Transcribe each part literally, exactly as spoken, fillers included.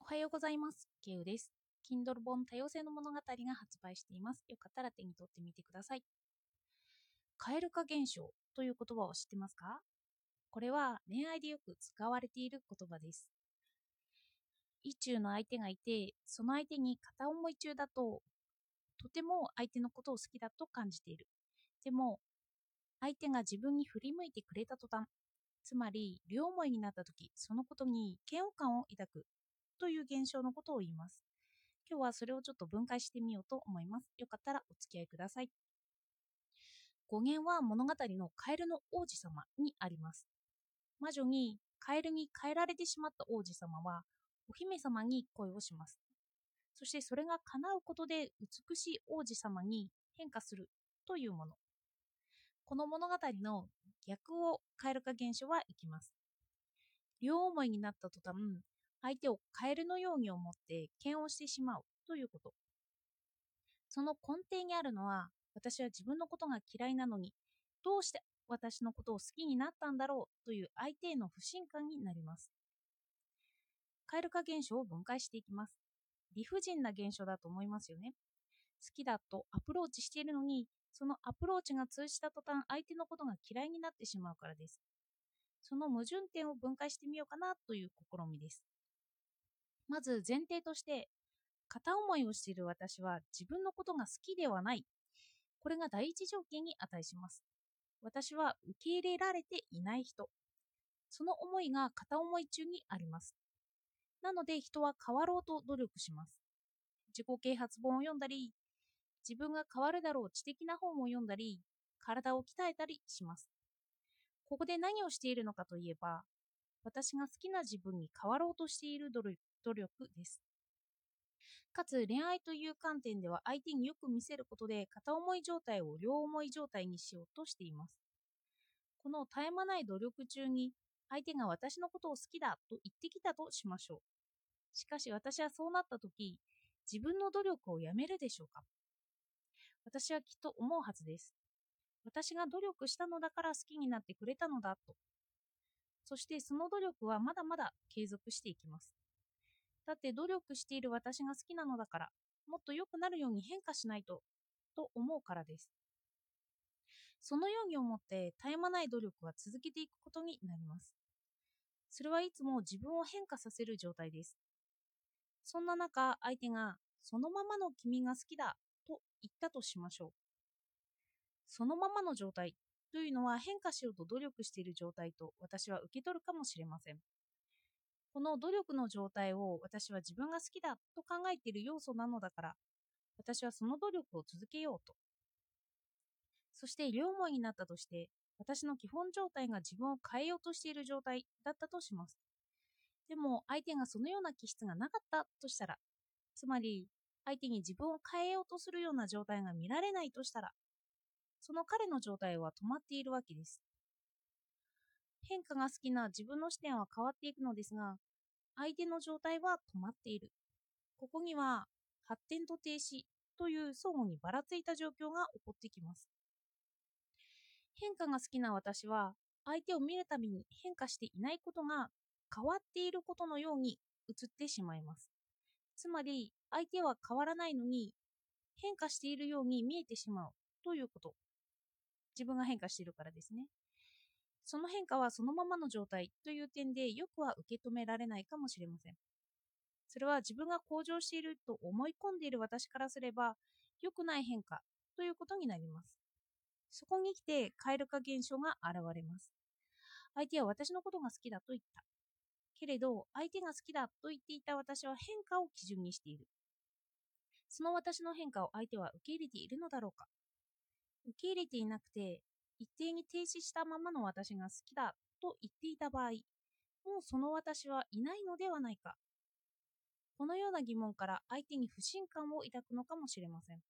おはようございます。ケウです。Kindle 本多様性の物語が発売しています。よかったら手に取ってみてください。蛙化現象という言葉を知ってますか？これは恋愛でよく使われている言葉です。意中の相手がいて、その相手に片思い中だと、とても相手のことを好きだと感じている。でも、相手が自分に振り向いてくれた途端、つまり両思いになった時、そのことに嫌悪感を抱くという現象のことを言います。今日はそれをちょっと分解してみようと思います。よかったらお付き合いください。語源は物語のカエルの王子様にあります。魔女にカエルに変えられてしまった王子様は、お姫様に恋をします。そしてそれが叶うことで美しい王子様に変化するというもの。この物語の逆をカエル化現象はいきます。両思いになった途端、相手をカエルのように思って嫌悪してしまうということ。その根底にあるのは、私は自分のことが嫌いなのに、どうして私のことを好きになったんだろうという相手への不信感になります。蛙化現象を分解していきます。理不尽な現象だと思いますよね。好きだとアプローチしているのに、そのアプローチが通じた途端、相手のことが嫌いになってしまうからです。その矛盾点を分解してみようかなという試みです。まず前提として、片思いをしている私は自分のことが好きではない。これが第一条件に値します。私は受け入れられていない人。その思いが片思い中にあります。なので人は変わろうと努力します。自己啓発本を読んだり、自分が変わるだろう知的な本を読んだり、体を鍛えたりします。ここで何をしているのかといえば、私が好きな自分に変わろうとしている努力です。かつ恋愛という観点では相手によく見せることで片思い状態を両思い状態にしようとしています。この絶え間ない努力中に相手が私のことを好きだと言ってきたとしましょう。しかし私はそうなった時、自分の努力をやめるでしょうか？私はきっと思うはずです。私が努力したのだから好きになってくれたのだと。そしてその努力はまだまだ継続していきます。だって努力している私が好きなのだから、もっと良くなるように変化しないと、と思うからです。そのように思って絶え間ない努力は続けていくことになります。それはいつも自分を変化させる状態です。そんな中、相手がそのままの君が好きだと言ったとしましょう。そのままの状態というのは変化しようと努力している状態と私は受け取るかもしれません。この努力の状態を私は自分が好きだと考えている要素なのだから、私はその努力を続けようと。そして両思いになったとして、私の基本状態が自分を変えようとしている状態だったとします。でも相手がそのような気質がなかったとしたら、つまり相手に自分を変えようとするような状態が見られないとしたら、その彼の状態は止まっているわけです。変化が好きな自分の視点は変わっていくのですが、相手の状態は止まっている。ここには発展と停止という相互にばらついた状況が起こってきます。変化が好きな私は、相手を見るたびに変化していないことが変わっていることのように映ってしまいます。つまり、相手は変わらないのに変化しているように見えてしまうということ。自分が変化しているからですね。その変化はそのままの状態という点でよくは受け止められないかもしれません。それは自分が向上していると思い込んでいる私からすれば、良くない変化ということになります。そこに来て蛙化現象が現れます。相手は私のことが好きだと言った。けれど、相手が好きだと言っていた私は変化を基準にしている。その私の変化を相手は受け入れているのだろうか？受け入れていなくて、一定に停止したままの私が好きだと言っていた場合、もうその私はいないのではないか。このような疑問から相手に不信感を抱くのかもしれません。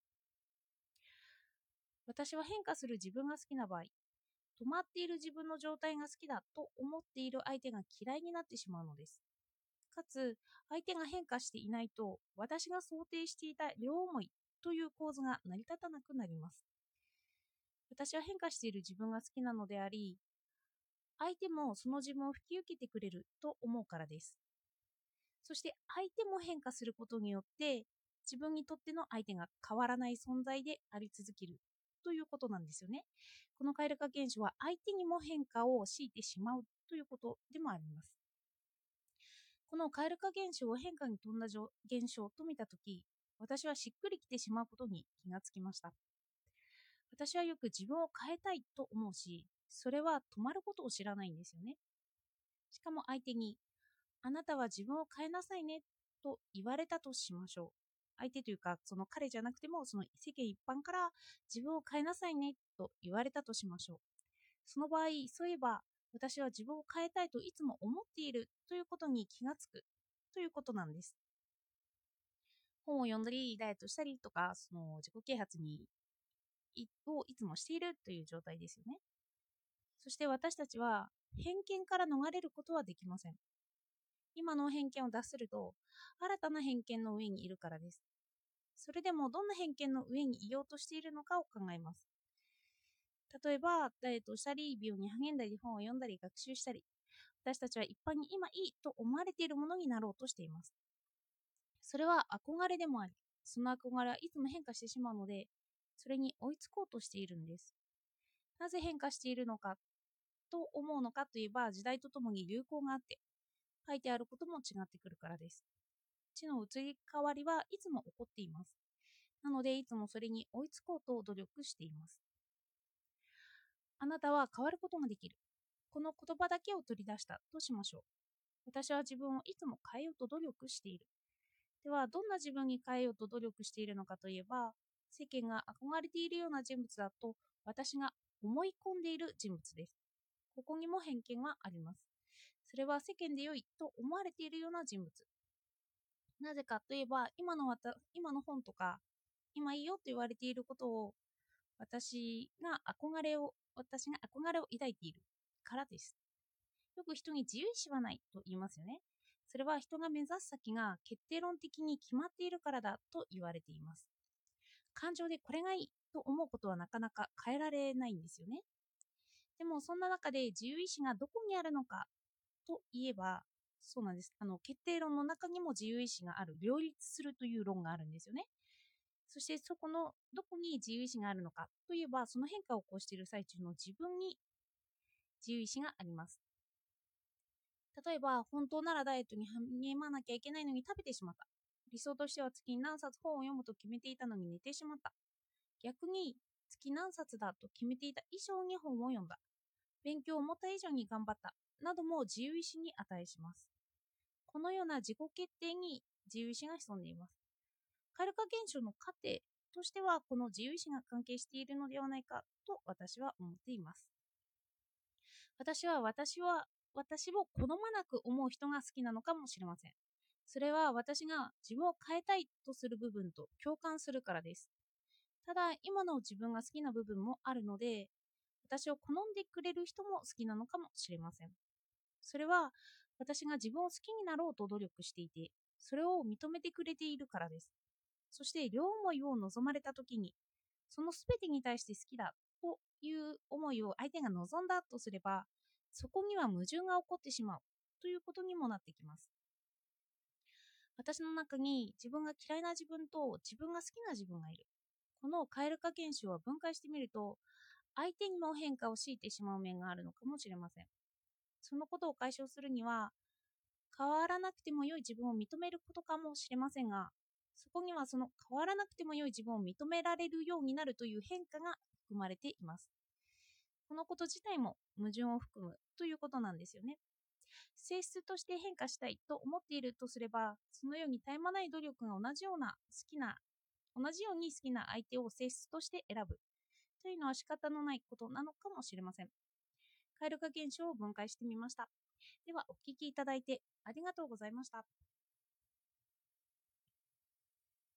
私は変化する自分が好きな場合、止まっている自分の状態が好きだと思っている相手が嫌いになってしまうのです。かつ、相手が変化していないと、私が想定していた両思いという構図が成り立たなくなります。私は変化している自分が好きなのであり、相手もその自分を引き受けてくれると思うからです。 そして相手も変化することによって自分にとっての相手が変わらない存在であり続けるということなんですよね。この蛙化現象は相手にも変化を強いてしまうということでもあります。この蛙化現象を変化に富んだ現象と見たとき、私はしっくりきてしまうことに気がつきました。私はよく自分を変えたいと思うし、それは止まることを知らないんですよね。しかも相手に、あなたは自分を変えなさいねと言われたとしましょう。相手というか、その彼じゃなくても、その世間一般から自分を変えなさいねと言われたとしましょう。その場合、そういえば、私は自分を変えたいといつも思っているということに気がつくということなんです。本を読んだり、ダイエットしたりとか、その自己啓発にいをいつもしているという状態ですよね。そして私たちは偏見から逃れることはできません。今の偏見を脱すると、新たな偏見の上にいるからです。それでもどんな偏見の上にいようとしているのかを考えます。例えば、ダイエットをしたり、美容に励んだり、本を読んだり、学習したり、私たちは一般に今いいと思われているものになろうとしています。それは憧れでもあり、その憧れはいつも変化してしまうので、それに追いつこうとしているんです。なぜ変化しているのかと思うのかといえば、時代とともに流行があって、書いてあることも違ってくるからです。知の移り変わりはいつも起こっています。なので、いつもそれに追いつこうと努力しています。あなたは変わることができる。この言葉だけを取り出したとしましょう。私は自分をいつも変えようと努力している。では、どんな自分に変えようと努力しているのかといえば、世間が憧れているような人物だと、私が思い込んでいる人物です。ここにも偏見はあります。それは世間で良いと思われているような人物。なぜかといえば、今のわた今の本とか、今いいよと言われていることを、私が憧れを、私が憧れを抱いているからです。よく人に自由意志はないと言いますよね。それは人が目指す先が決定論的に決まっているからだと言われています。感情でこれがいいと思うことはなかなか変えられないんですよね。でもそんな中で自由意志がどこにあるのかといえば、そうなんです。あの決定論の中にも自由意志がある、両立するという論があるんですよね。そしてそこのどこに自由意志があるのかといえば、その変化を起こしている最中の自分に自由意志があります。例えば、本当ならダイエットに励まなきゃいけないのに食べてしまった。理想としては月に何冊本を読むと決めていたのに寝てしまった。逆に、月何冊だと決めていた以上に本を読んだ。勉強を思った以上に頑張った。なども自由意志に値します。このような自己決定に自由意志が潜んでいます。蛙化現象の過程としては、この自由意志が関係しているのではないかと私は思っています。私は私は私を好まなく思う人が好きなのかもしれません。それは私が自分を変えたいとする部分と共感するからです。ただ、今の自分が好きな部分もあるので、私を好んでくれる人も好きなのかもしれません。それは私が自分を好きになろうと努力していて、それを認めてくれているからです。そして両思いを望まれたときに、その全てに対して好きだという思いを相手が望んだとすれば、そこには矛盾が起こってしまうということにもなってきます。私の中に自分が嫌いな自分と自分が好きな自分がいる。この蛙化現象を分解してみると、相手にも変化を強いてしまう面があるのかもしれません。そのことを解消するには、変わらなくても良い自分を認めることかもしれませんが、そこにはその変わらなくても良い自分を認められるようになるという変化が含まれています。このこと自体も矛盾を含むということなんですよね。性質として変化したいと思っているとすれば、そのように絶え間ない努力が同じような好きな、同じように好きな相手を性質として選ぶというのは仕方のないことなのかもしれません。蛙化現象を分解してみました。では、お聞きいただいてありがとうございました。